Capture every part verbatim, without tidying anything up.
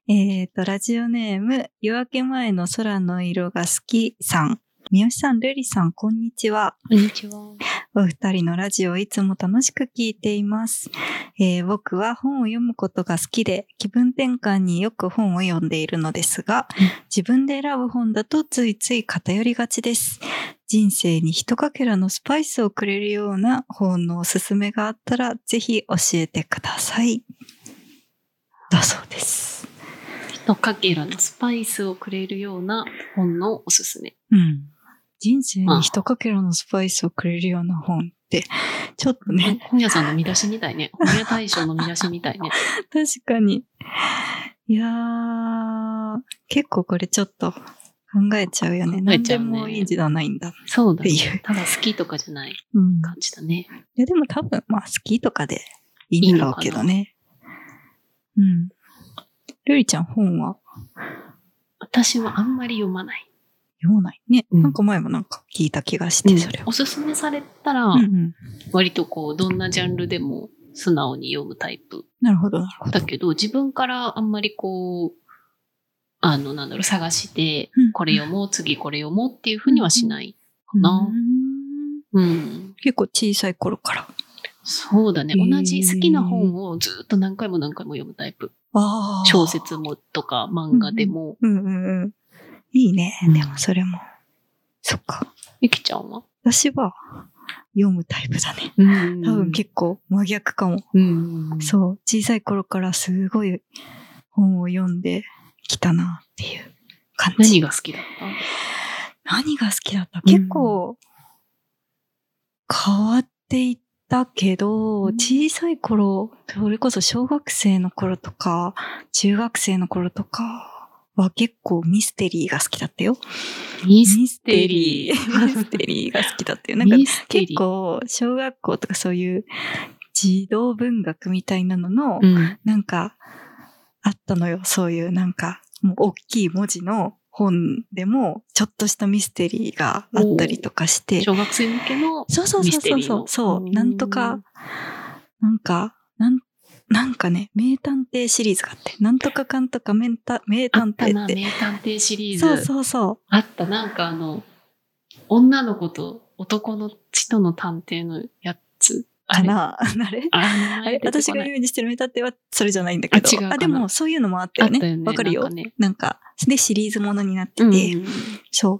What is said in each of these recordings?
えっと、ラジオネーム、夜明け前の空の色が好きさん。三好さん、ルリさん、こんにちは。 こんにちは。 お二人のラジオをいつも楽しく聞いています。えー、僕は本を読むことが好きで、気分転換によく本を読んでいるのですが、自分で選ぶ本だとついつい偏りがちです。人生に一かけらのスパイスをくれるような本のおすすめがあったら、ぜひ教えてください。だそうです。 一かけらのスパイスをくれるような本のおすすめ。 うん。人生に一かけらのスパイスをくれるような本って、ちょっとね。 本屋さんの見出しみたいね。本屋大賞の見出しみたいね。 確かに。いやー、結構これちょっと考えちゃうよね。何でもいいんじゃないんだっていう。 そうだね。ただ好きとかじゃない感じだね。 うん、いやでも多分まあ好きとかでいいんだろうけどね。うん。ルリちゃん本は？ 私はあんまり読まない。 読まないね、うん。なんか前もなんか聞いた気がして、うん、それは。 おすすめされたら、うんうん、割とこう、どんなジャンルでも素直に読むタイプ。 なるほど、なるほど。 だけど、自分からあんまりこう、あの、なんだろう、探して、うん、これ読もう、次これ読もうっていうふうにはしないかな。 うんうん、結構小さい頃から。 そうだね。同じ好きな本をずっと何回も何回も読むタイプ。小説もとか漫画でも。 うんうんうん、いいね。でもそれも。そっか。 ゆきちゃんは？ 私は読むタイプだね。うん、多分結構真逆かも、うん。そう。小さい頃からすごい本を読んできたなっていう感じ。 何が好きだった？ 何が好きだった？結構変わっていったけど、うん、小さい頃、それこそ小学生の頃とか、中学生の頃とか、は結構ミステリーが好きだったよ。 ミステリー。 ミステリーが好きだったよ。なんか結構小学校とかそういう児童文学みたいなのの、うん、なんかあったのよ。そういうなんかもう大きい文字の本でもちょっとしたミステリーがあったりとかして。 小学生向けのミステリーの。 そうそうそうそう。そう。なんとか、なんか、なんなんかね、名探偵シリーズがあって、なんとかかんとか名探偵って。あったな、名探偵シリーズ。 そうそうそう。 あった、なんかあの、女の子と男の人の探偵のやつ。 かなあれあれ私がイメージしてる名探偵はそれじゃないんだけど。 あ、違うかな。 あ、でもそういうのもあったよね。わ、ね、かるよ。なんか、ね、なんか、でシリーズものになってて、うん、そう。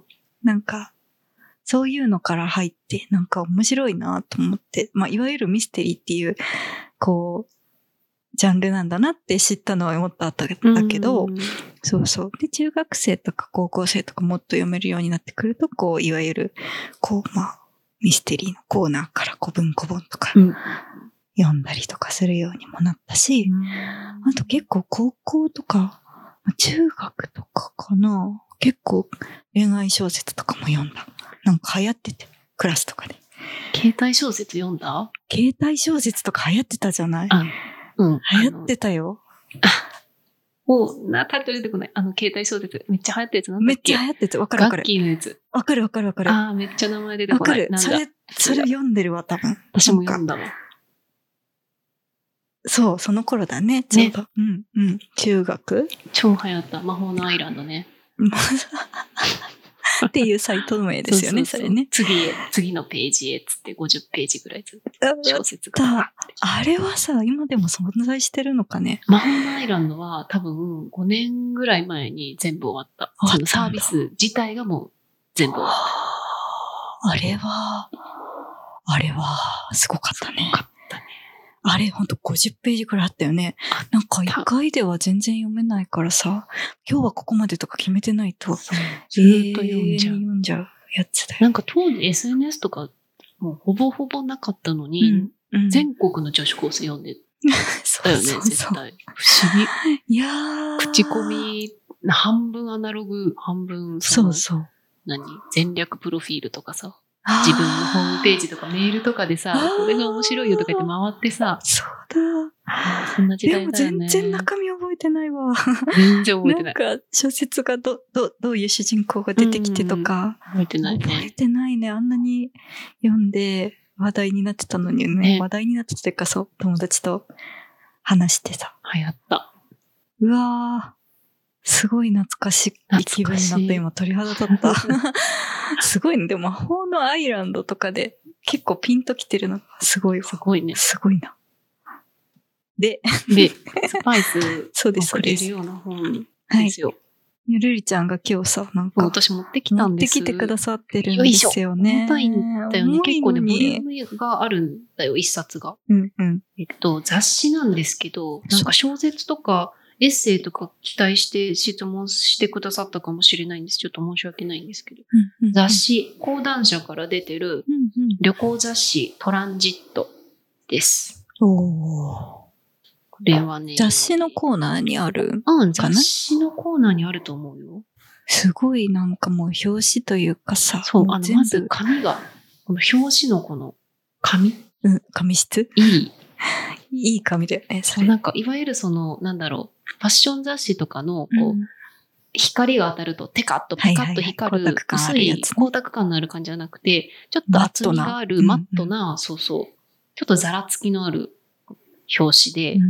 なんか、そういうのから入って、なんか面白いなと思って、まあ、いわゆるミステリーっていう、こう、ジャンルなんだなって知ったのは思ったんだけど、うん、そうそう。で、中学生とか高校生とかもっと読めるようになってくると、こう、いわゆる、こう、まあ、ミステリーのコーナーから古文庫本とか、読んだりとかするようにもなったし、うん、あと結構高校とか、中学とかかな、結構恋愛小説とかも読んだ。なんか流行ってて、クラスとかで。 携帯小説読んだ？ 携帯小説とか流行ってたじゃない？ あうん。 流行ってたよ。 もう、な、タイトル出てこない。あの、携帯小説。めっちゃ流行ったやつなんだっけ？ めっちゃ流行ってた。わかるわかる。 ガッキーのやつ。 わかるわかるわかる。 ああ、めっちゃ名前出てこない。 わかる。それ、それ読んでるわ、多分。 私も読んだわ。 そう、その頃だね。ちょうど。ね、うん、うん。中学？ 超流行った。魔法のアイランドね。 っていうサイト名ですよね、そ, うそうそうそれね。 次へ、次のページへつってごじゅっページぐらいずっと小説が。 あれはさ、今でも存在してるのかね。 魔法のアイランドは多分ごねんぐらい前に全部終わった。そのサービス自体がもう全部終わった。 あれは、あれは、すごかったね。 すごかったね。 あれほんとごじゅっページくらいあったよね。なんかいっかいでは全然読めないからさ、今日はここまでとか決めてないと、 ずーっと読んじゃう。 読んじゃうやつだよ。 なんか当時 エスエヌエス とかもうほぼほぼなかったのに、うんうん、全国の女子高生読んでたよね、そうそうそう絶対。不思議。 いやー。 口コミ、半分アナログ、半分その、 そうそう。 何戦略プロフィールとかさ。自分のホームページとかメールとかでさ、これが面白いよとか言って回ってさ。 そうだ。 そんな時代だよね。 でも全然中身覚えてないわ。 全然覚えてない。 なんか小説がど、ど、どういう主人公が出てきてとか。 覚えてないね。 覚えてないね。あんなに読んで話題になってたのにね。ね話題になってたというかそう、友達と話してさ。 流行った。 うわすごい懐かしい気分になった今鳥肌立った。すごいね。でも魔法のアイランドとかで結構ピンときてるのがすごいわ。 すごいね。 すごいな。で、 で、スパイスそうですをくれるような本ですよ。 はい。ゆるりちゃんが今日さ、なんか、 私持ってきたんです。 持ってきてくださってるんですよね。 重たいんだよね。結構ね、ボリュームがあるんだよ、一冊が。 うんうん。 えっと、雑誌なんですけど、なんか小説とかエッセイとか期待して質問してくださったかもしれないんです。ちょっと申し訳ないんですけど。 うんうんうん、 雑誌、講談社から出てる旅行雑誌トランジットです。 おー。 これはね。 雑誌のコーナーにあるうん、雑誌のコーナーにあると思うよ。 すごいなんかもう表紙というかさ。 そう、あの、まず紙が、この表紙のこの紙うん、紙質いい。 いい紙だよね、 それ。なんか、いわゆるその、なんだろう、ファッション雑誌とかの、こう、うん、光が当たるとテカッとピカッと光る、薄い光沢感のある感じじゃなくて、ちょっと厚みがあるマットな、うんうん、そうそう、ちょっとざらつきのある表紙で、うんうん、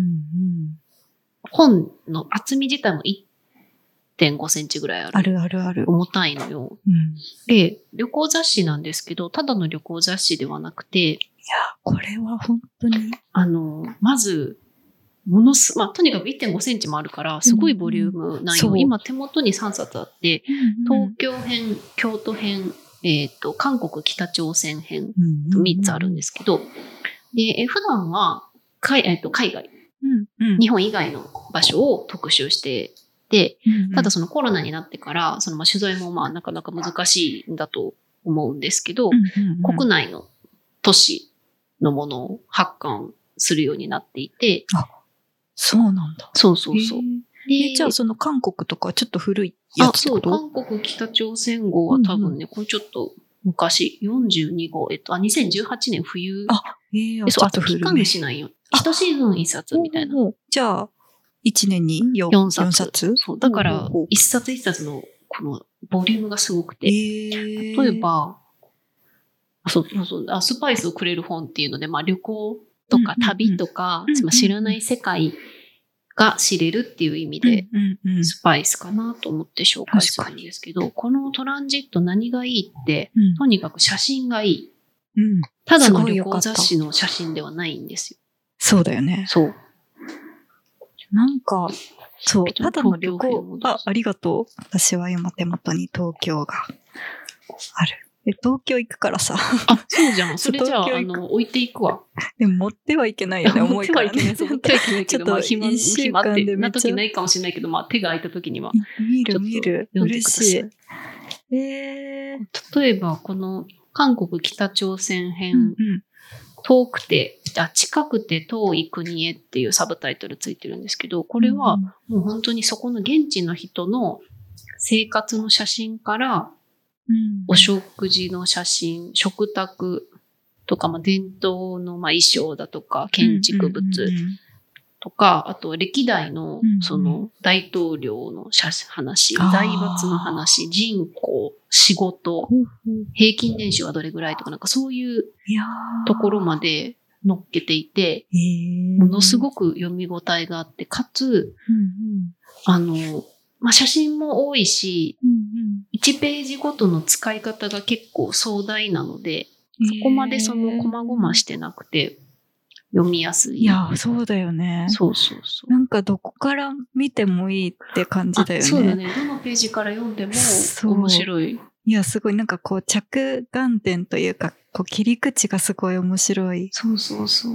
本の厚み自体もいってんごセンチぐらいある。 あるあるある。 重たいのよ、うん。で、旅行雑誌なんですけど、ただの旅行雑誌ではなくて、いや、これは本当に。 あの、まず、ものす、まあ、とにかく いってんごセンチもあるから、すごいボリュームなんよ。うん、今手元にさんさつあって、うんうん、東京編、京都編、えっと、韓国、北朝鮮編とみっつあるんですけど、で、普段は海、えっと、海外、うんうん、日本以外の場所を特集してで、ただそのコロナになってから、そのまあ取材もまあなかなか難しいんだと思うんですけど、うんうんうん、国内の都市のものを発刊するようになっていて。 あ、そうなんだ。 そうそうそう。 で、じゃあその韓国とかちょっと古いやつってこと？ あ、そう、韓国北朝鮮号は多分ね、うんうん、これちょっと昔、よんじゅうにごう、えっと、あ、にせんじゅうはちねん冬。 あ、ええー、 そう、あと期間しないよ。一シーズン一冊みたいな。 じゃあ、一年に 4, 4冊。4冊そう。だから、一冊一冊のこのボリュームがすごくて。例えば、そうそうそうあ、スパイスをくれる本っていうので、まあ旅行とか旅とか、うんうんうん、知らない世界が知れるっていう意味で、うんうんうん、スパイスかなと思って紹介するんですけど、このトランジット何がいいって、うん、とにかく写真がいい。うん、ただの旅行雑誌の写真ではないんですよ。 そうだよね。 そう。 なんか、そう、ただの旅行、あ、ありがとう。私は今手元に東京がある。え、東京行くからさ。 あ、そうじゃん。それじゃあ、あの、置いていくわ。 でも持ってはいけないよね、重いからね。 持ってはいけない。持ってはいけないけど、まあ、暇、暇ってな時ないかもしれないけど、まあ、手が空いた時には。 見る見る。嬉しい。えー、例えば、この、韓国北朝鮮編、うんうん、遠くて、あ、近くて遠い国へっていうサブタイトルついてるんですけど、これはもう本当にそこの現地の人の生活の写真から、うん、お食事の写真、食卓とか、まあ、伝統のまあ衣装だとか、建築物とか、あと歴代のその大統領の話、財閥の話、人口、仕事、平均年収はどれぐらいとか、なんかそういうところまで載っけていて、ものすごく読み応えがあって、かつ、あの、まあ、写真も多いし、うんうん、いちページごとの使い方が結構壮大なので、そこまでその細々してなくて読みやすい。 いや、そうだよね。 そうそうそう。 なんかどこから見てもいいって感じだよね。 そうだね。どのページから読んでも面白い。 いや、すごいなんかこう着眼点というか、こう切り口がすごい面白い。 そうそうそう。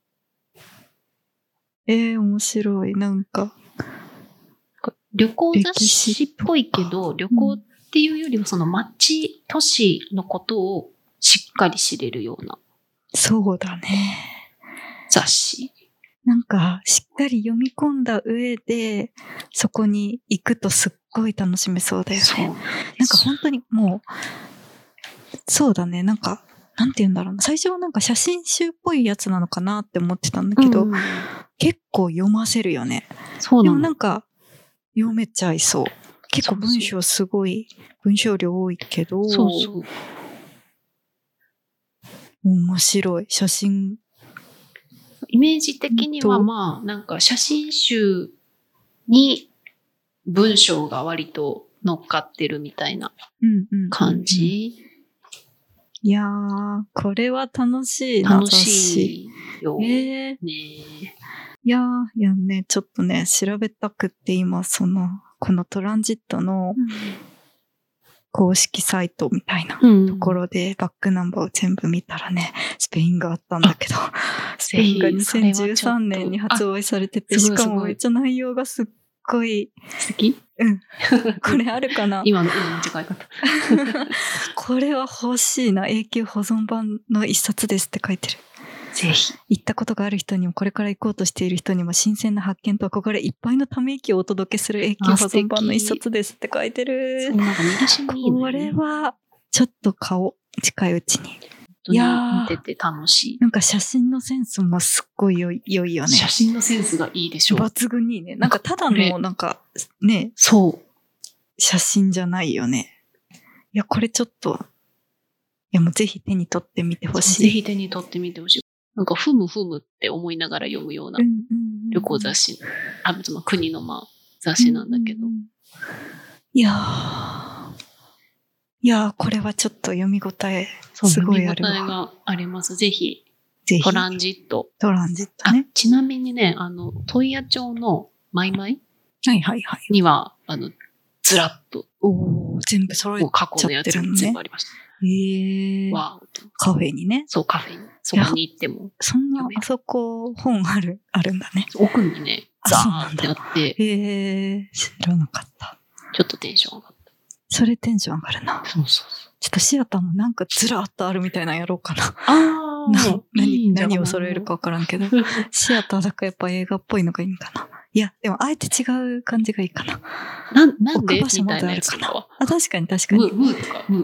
えー、面白い。なんか。 旅行雑誌っぽいけど、旅行っていうよりはその街、都市のことをしっかり知れるような。 そうだね。 雑誌。 なんか、しっかり読み込んだ上で、そこに行くとすっごい楽しめそうだよね。そう。なんか本当にもう、そうだね。なんか、なんて言うんだろうな。最初はなんか写真集っぽいやつなのかなって思ってたんだけど、うん、結構読ませるよね。 そうなの。 でもなんか、読めちゃいそう。結構文章すごい、そうそう文章量多いけど、 そうそう。 面白い。写真。 イメージ的にはまあ、なんか写真集に文章が割と乗っかってるみたいな感じ。 うんうんうんうん、いやー、これは楽しいな。 楽しいよ。えー、ねいやー、いやね、ちょっとね、調べたくって今、その、このトランジットの公式サイトみたいなところで、バックナンバーを全部見たらね、スペインがあったんだけど、スペインがにせんじゅうさんねんに発売されてて、しかもめっちゃ内容がすっごい。 素敵？ うん。これあるかな今の間違い方。 これは欲しいな。永久保存版の一冊ですって書いてる。 ぜひ。 行ったことがある人にもこれから行こうとしている人にも新鮮な発見と憧れいっぱいのため息をお届けする永久保存版の一冊ですって書いてる。 そう、なんか見出しもいいね。 これはちょっと買おう。近いうちに。 いやー、見てて楽しい。 なんか写真のセンスもすっごい良い、良いよね。 写真のセンスがいいでしょう。 抜群にいいね。なんかただのなんかね、 そう。 写真じゃないよね。いや、これちょっと、いやもうぜひ手に取ってみてほしい。 ぜひ手に取ってみてほしい。なんかふむふむって思いながら読むような旅行雑誌、うんうんうん、あ、その国のまあ雑誌なんだけど。うんうん、 いやー、いやー、これはちょっと読み応えすごいあるわ。 読み応えがあります。ぜひ。 ぜひ。 トランジット。 トランジットね。 ちなみにね、あの、問屋町のマイマイはいはいはい。 には、あの、ズラップ。 おー、全部揃えちゃってるのね。過去のやつ全部ありました。 へー。 わー。 カフェにね。 そう、カフェに。そこに行っても。 そんな、あそこ、本ある、あるんだね。 奥にね、ザーってあって。 へー、知らなかった。 ちょっとテンション上がった。 それテンション上がるな。 そうそうそう。 ちょっとシアターもなんかずらーっとあるみたいなのやろうかな。 ああ。 何、いい何を揃えるかわからんけど。シアターだからやっぱ映画っぽいのがいいんかな。いや、でもあえて違う感じがいいかな。 な、なんで場所まであるかな。あ、確かに確かに。 ムー、ムーとか、ムー。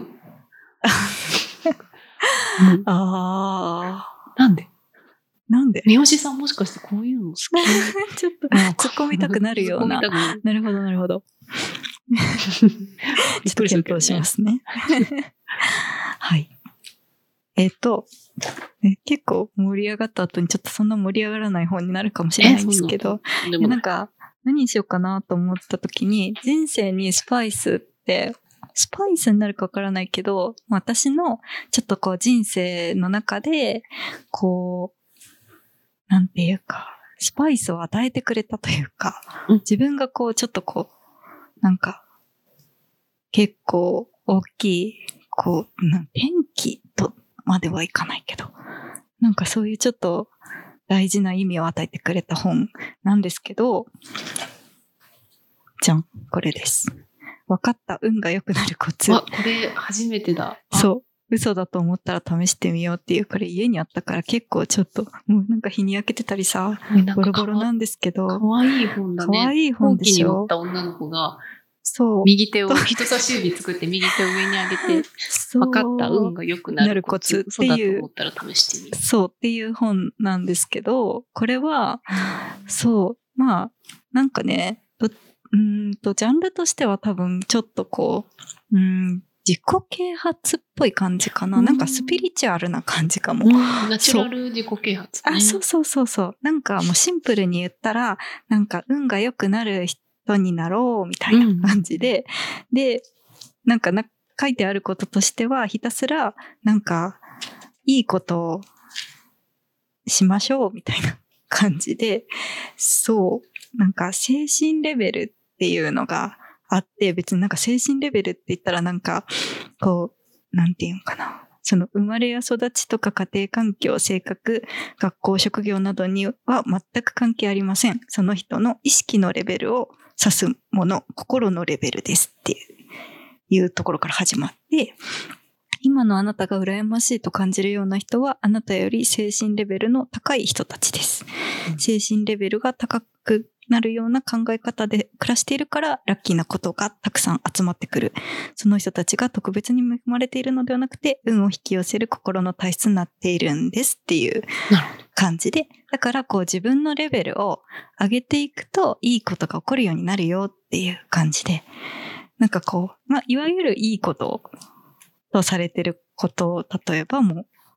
ああ。 なんでなんで三好さんもしかしてこういうの好きちょっと突っ込みたくなるような。なるほど、なるほど。ちょっと検討しますね。はい。えっと、ね、結構盛り上がった後にちょっとそんな盛り上がらない本になるかもしれないんですけど、いやなんか何にしようかなと思った時に、人生にスパイスって、スパイスになるかわからないけど、私のちょっとこう人生の中で、こう、なんていうか、スパイスを与えてくれたというか、自分がこうちょっとこう、なんか、結構大きい、こう、なん転機とまではいかないけど、なんかそういうちょっと大事な意味を与えてくれた本なんですけど、じゃん、これです。分かった、運が良くなるコツ。 あ、これ初めてだ。 そう。嘘だと思ったら試してみようっていう、これ家にあったから結構ちょっと、もうなんか日に焼けてたりさ、ボロボロなんですけど。 かわいい本だね。 かわいい本でしょ。 飛行機に乗った女の子が、 そう。 右手を、人差し指作って右手を上に上げて、分かった運が良くなるコツっていう。嘘だと思ったら試してみる。 そうっていう本なんですけど、これは、そう、まあ、なんかね、うんと、ジャンルとしては多分ちょっとこう、うん、自己啓発っぽい感じかな。なんかスピリチュアルな感じかも。 ナチュラル自己啓発、 ね。あ、そうそうそうそう。なんかもうシンプルに言ったら、なんか運が良くなる人になろうみたいな感じで、うん、で、なんかな書いてあることとしては、ひたすらなんかいいことをしましょうみたいな感じで、そう、なんか精神レベルっていうのがあって、別になんか精神レベルって言ったらなんか、こう、なんていうのかな。その生まれや育ちとか家庭環境、性格、学校、職業などには全く関係ありません。その人の意識のレベルを指すもの、心のレベルですっていうところから始まって、今のあなたが羨ましいと感じるような人は、あなたより精神レベルの高い人たちです。うん、精神レベルが高くなるような考え方で暮らしているから、ラッキーなことがたくさん集まってくる。その人たちが特別に恵まれているのではなくて、運を引き寄せる心の体質になっているんですっていう感じで、だからこう自分のレベルを上げていくと、いいことが起こるようになるよっていう感じで、なんかこう、まあ、いわゆるいいことをとされてることを、例えばもう、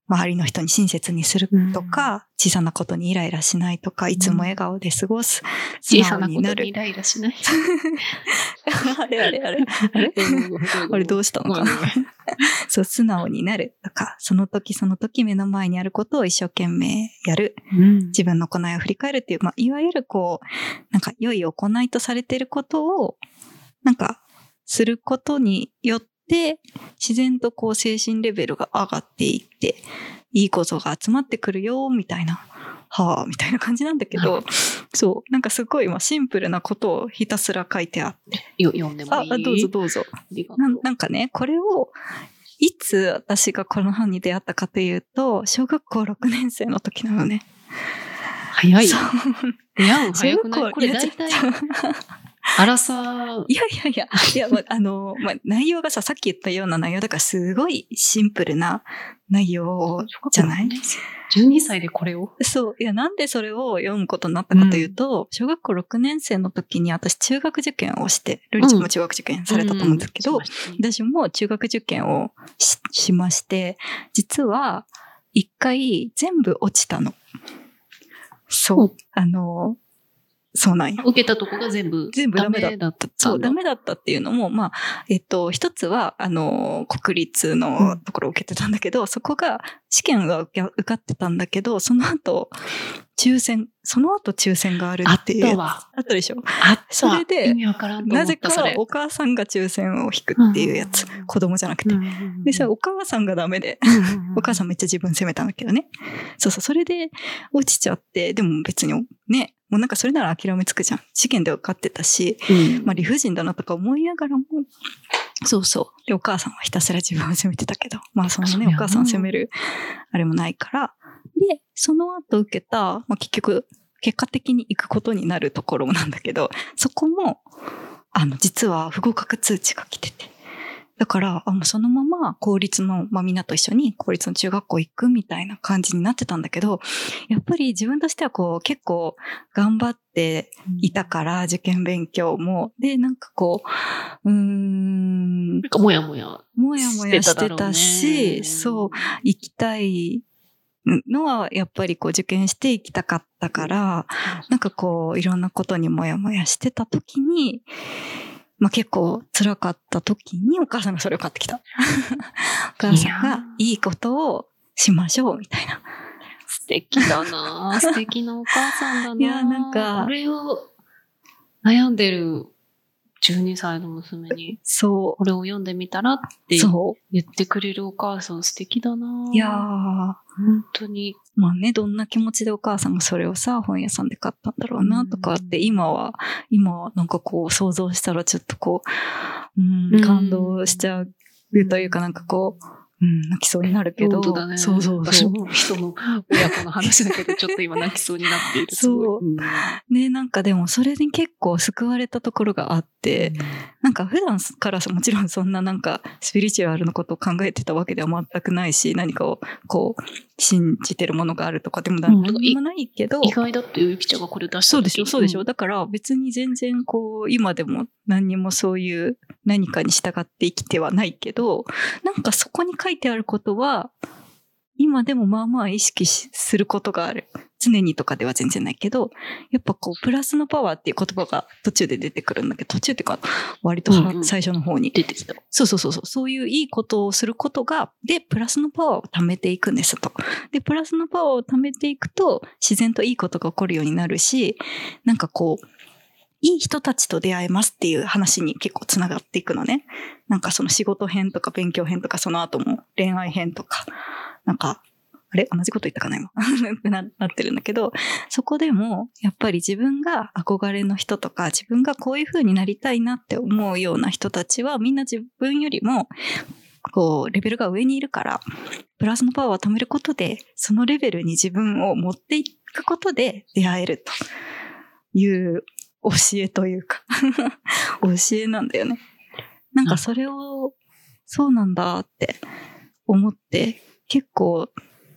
周りの人に親切にするとか、うん、小さなことにイライラしないとか、いつも笑顔で過ごす。 うん、小さなことにイライラしない。 あれあれあれあれあれどうしたのかなそう、素直になるとか、その時その時目の前にあることを一生懸命やる。うん、自分の行いを振り返るっていう、まあ、いわゆるこう、なんか良い行いとされていることを、なんか、することによって、で、自然とこう精神レベルが上がっていって、いいことが集まってくるよ、みたいな、はぁ、みたいな感じなんだけど、そう、なんかすごい今シンプルなことをひたすら書いてあって。 よ読んでもいい？ あ、どうぞどうぞ。な, なんかね、これを、いつ私がこの本に出会ったかというと、小学校ろくねん生の時なのね。 早い。出会う早くない？これ大体。あらさいやいやいや、いや、ま、あの、ま、内容がさ、さっき言ったような内容だからすごいシンプルな内容じゃない？ じゅうにさいでこれを？ そう。いや、なんでそれを読むことになったかというと、うん、小学校ろくねん生の時に私中学受験をして、ルリちゃんも中学受験されたと思うんですけど、うんうん、私も中学受験を し, しまして、実は一回全部落ちたの。そう。あの、そうなんよ。 受けたとこが全部全部ダメだった。そう、ダメだったっていうのも、まあ、えっと、一つは、あの、国立のところを受けてたんだけど、うん、そこが、試験が受かってたんだけど、その後、抽選、その後抽選があるっていう。 あったわ。 あったでしょ。 あった。 それで、 意味わからんと思った。 なぜかお母さんが抽選を引くっていうやつ。うん、子供じゃなくて。うん、で、それお母さんがダメで、うん、お母さんめっちゃ自分責めたんだけどね。そうそう、それで落ちちゃって、でも別にね、もうなんかそれなら諦めつくじゃん。試験で受かってたし、うん、まあ理不尽だなとか思いながらも、そうそう。で、お母さんはひたすら自分を責めてたけど、まあそのね、お母さんを責める、あれもないから。で、その後受けた、まあ結局、結果的に行くことになるところなんだけど、そこも、あの、実は不合格通知が来てて。だから、あもうそのまま公立の、まあみんなと一緒に公立の中学校行くみたいな感じになってたんだけど、やっぱり自分としてはこう結構頑張っていたから、受験勉強も。で、なんかこう、うーん。 なんかもやもや。 もやもやしてたし、そう、行きたいのはやっぱりこう受験していきたかったから、なんかこういろんなことにもやもやしてた時に、まあ、結構辛かった時にお母さんがそれを買ってきた。お母さんがいいことをしましょうみたいな。 素敵だな素敵なお母さんだな。 いや、なんか。 これを悩んでるじゅうにさいの娘に、 そう。 これを読んでみたらって言ってくれるお母さん素敵だな。 いやー。 本当に。 まあね、どんな気持ちでお母さんがそれをさ、本屋さんで買ったんだろうなとかって、今は、今はなんかこう想像したらちょっとこう、うん、感動しちゃうというかなんかこう、うん、泣きそうになるけど。 本当だね。 そうそうそう。 私も人の親子の話だけど、ちょっと今泣きそうになっている。 そう。うん、ね、なんかでもそれに結構救われたところがあって、うん、なんか普段からもちろんそんななんかスピリチュアルのことを考えてたわけでは全くないし、何かをこう信じてるものがあるとかでも何もないけど。 意外だってゆきちゃんがこれ出したそうでしょ、そうでしょ。だから別に全然こう、今でも何にもそういう何かに従って生きてはないけど、なんかそこに書いてあることは、今でもまあまあ意識することがある。常にとかでは全然ないけど、やっぱこう、プラスのパワーっていう言葉が途中で出てくるんだけど、途中っていうか、割と最初の方に、 うんうん、出てきた。 そうそうそうそう。そういういいことをすることが、で、プラスのパワーを貯めていくんですと。で、プラスのパワーを貯めていくと、自然といいことが起こるようになるし、なんかこう、いい人たちと出会えますっていう話に結構つながっていくのね。なんかその仕事編とか勉強編とかその後も恋愛編とか、なんか、あれ同じこと言ったかな今な, なってるんだけど、そこでもやっぱり自分が憧れの人とか、自分がこういう風になりたいなって思うような人たちはみんな自分よりもこうレベルが上にいるから、プラスのパワーを貯めることでそのレベルに自分を持っていくことで出会えるという教えというか教えなんだよね。なんかそれをそうなんだって思って結構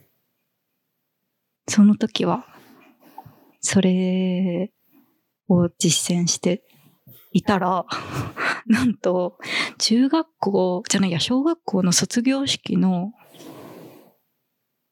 その時はそれを実践していたらなんと中学校じゃないや小学校の卒業式の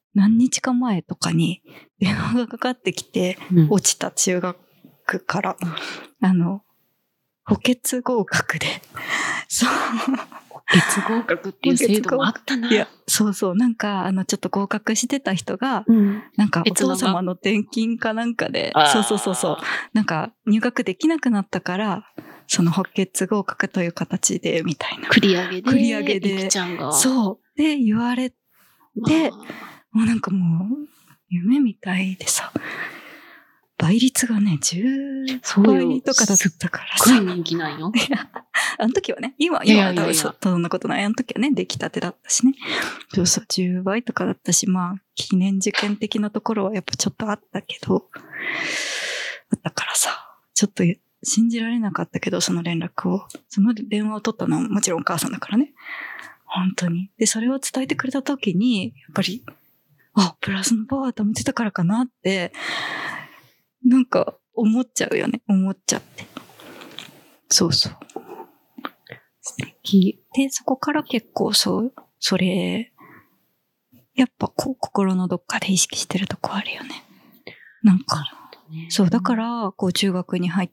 何日か前とかに電話がかかってきて、うん、落ちた中学から、あの、補欠合格で、そう。 補欠合格っていう制度もあったな。 いや、そうそう。なんか、あの、ちょっと合格してた人が、うん、なんか、お父様の転勤かなんかで、そうそうそうそう。なんか、入学できなくなったから、その補欠合格という形で、みたいな。 繰り上げで。 繰り上げで。 ちゃんが。 そう。で、言われて、もうなんかもう、夢みたいでさ、倍率がね、じゅうばいとかだったからさ。 すっごい人気ないよ。 いや、あの時はね、今、今は多分そんなことない。あの時はね、出来たてだったしね。そうそう、じゅうばいとかだったし、まあ、記念受験的なところはやっぱちょっとあったけど、だからさ、ちょっと信じられなかったけど、その連絡を。その電話を取ったのはもちろんお母さんだからね。本当に。で、それを伝えてくれた時に、やっぱり、あ、プラスのパワー溜めてたからかなって、なんか思っちゃうよね。思っちゃって。そうそう。素敵。で、そこから結構そう、それ、やっぱこう心のどっかで意識してるとこあるよね。なんか、ね、そう、だから、こう中学に入って、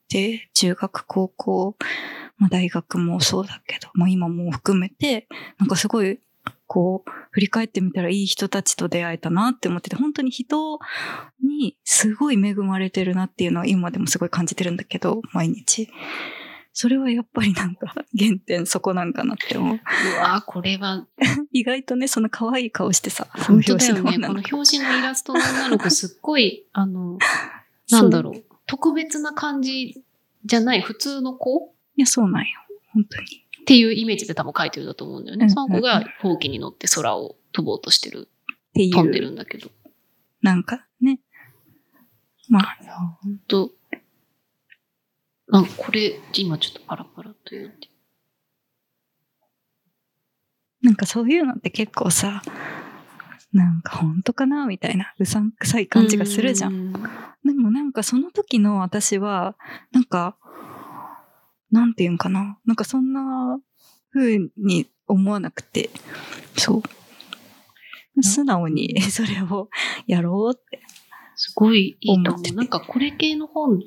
中学、高校、まあ大学もそうだけど、まあ今も含めて、なんかすごい、こう、振り返ってみたらいい人たちと出会えたなって思ってて、本当に人にすごい恵まれてるなっていうのは今でもすごい感じてるんだけど、毎日。それはやっぱりなんか原点そこなんかなって思う。 うわぁ、これは。 意外とね、その可愛い顔してさ、 本当だよね。この表紙のイラストの女の子すっごい、あの、なんだろう、特別な感じじゃない普通の子？ いや、そうなんよ。本当に。 っていうイメージで多分描いてるんだと思うんだよね。うん、その子がほうきに乗って空を飛ぼうとしてる。っていう。飛んでるんだけど。 なんかね。まあ。 本当なんかこれ、今ちょっとパラパラと言って。 なんかそういうのって結構さ、なんか本当かなみたいなうさんくさい感じがするじゃん。んでもなんかその時の私は、なんか、なんていうんかな。なんかそんな風に思わなくて、そう。素直にそれをやろうって。 すごいいいと思う。なんかこれ系の本って、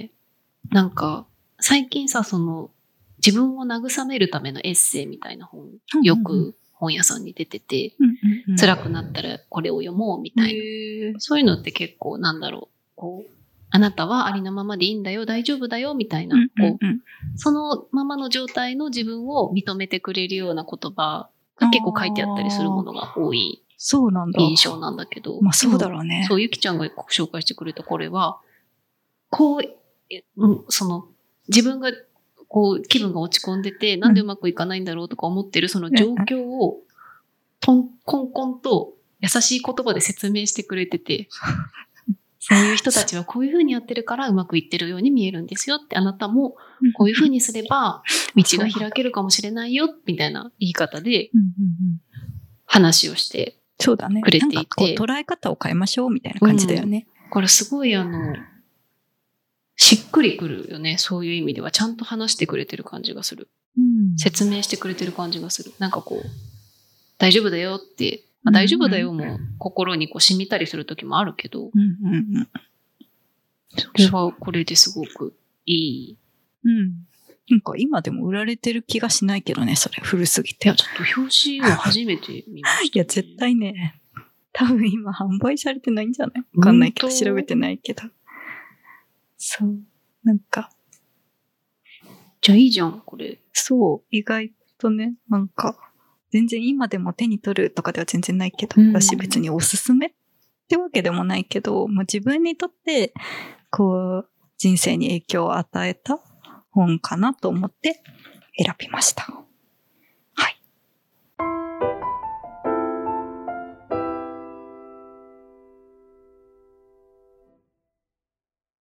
なんか最近さ、その自分を慰めるためのエッセイみたいな本、よく本屋さんに出てて、うんうんうん、辛くなったらこれを読もうみたいな。そういうのって結構なんだろう。こうあなたはありのままでいいんだよ、大丈夫だよ、みたいな、うんうんうん、こう、そのままの状態の自分を認めてくれるような言葉が結構書いてあったりするものが多い印象なんだけど。 まあそうだろうね。 そう、ゆきちゃんが紹介してくれたこれは、こう、うん、その、自分がこう、気分が落ち込んでて、なんでうまくいかないんだろうとか思ってるその状況を、とん、こんこんと優しい言葉で説明してくれてて、そういう人たちはこういう風にやってるからうまくいってるように見えるんですよって、あなたもこういう風にすれば道が開けるかもしれないよみたいな言い方で話をしてくれていて、そうだね。なんかこう捉え方を変えましょうみたいな感じだよね。 うん、これすごいあのしっくりくるよね。そういう意味ではちゃんと話してくれてる感じがする。うん、説明してくれてる感じがする。なんかこう大丈夫だよって。まあ、大丈夫だよも心にこう染みたりする時もあるけど、うんうんうん、それはこれですごくいい。 うん。なんか今でも売られてる気がしないけどね、それ古すぎて。 いや、ちょっと表紙を初めて見ました、ね。 いや、絶対ね、多分今販売されてないんじゃない？わかんないけど、調べてないけど。そう。なんか。 じゃあいいじゃん、これ。 そう、意外とね、なんか。全然今でも手に取るとかでは全然ないけど、うん、私別におすすめってわけでもないけど、まあ、自分にとってこう人生に影響を与えた本かなと思って選びました。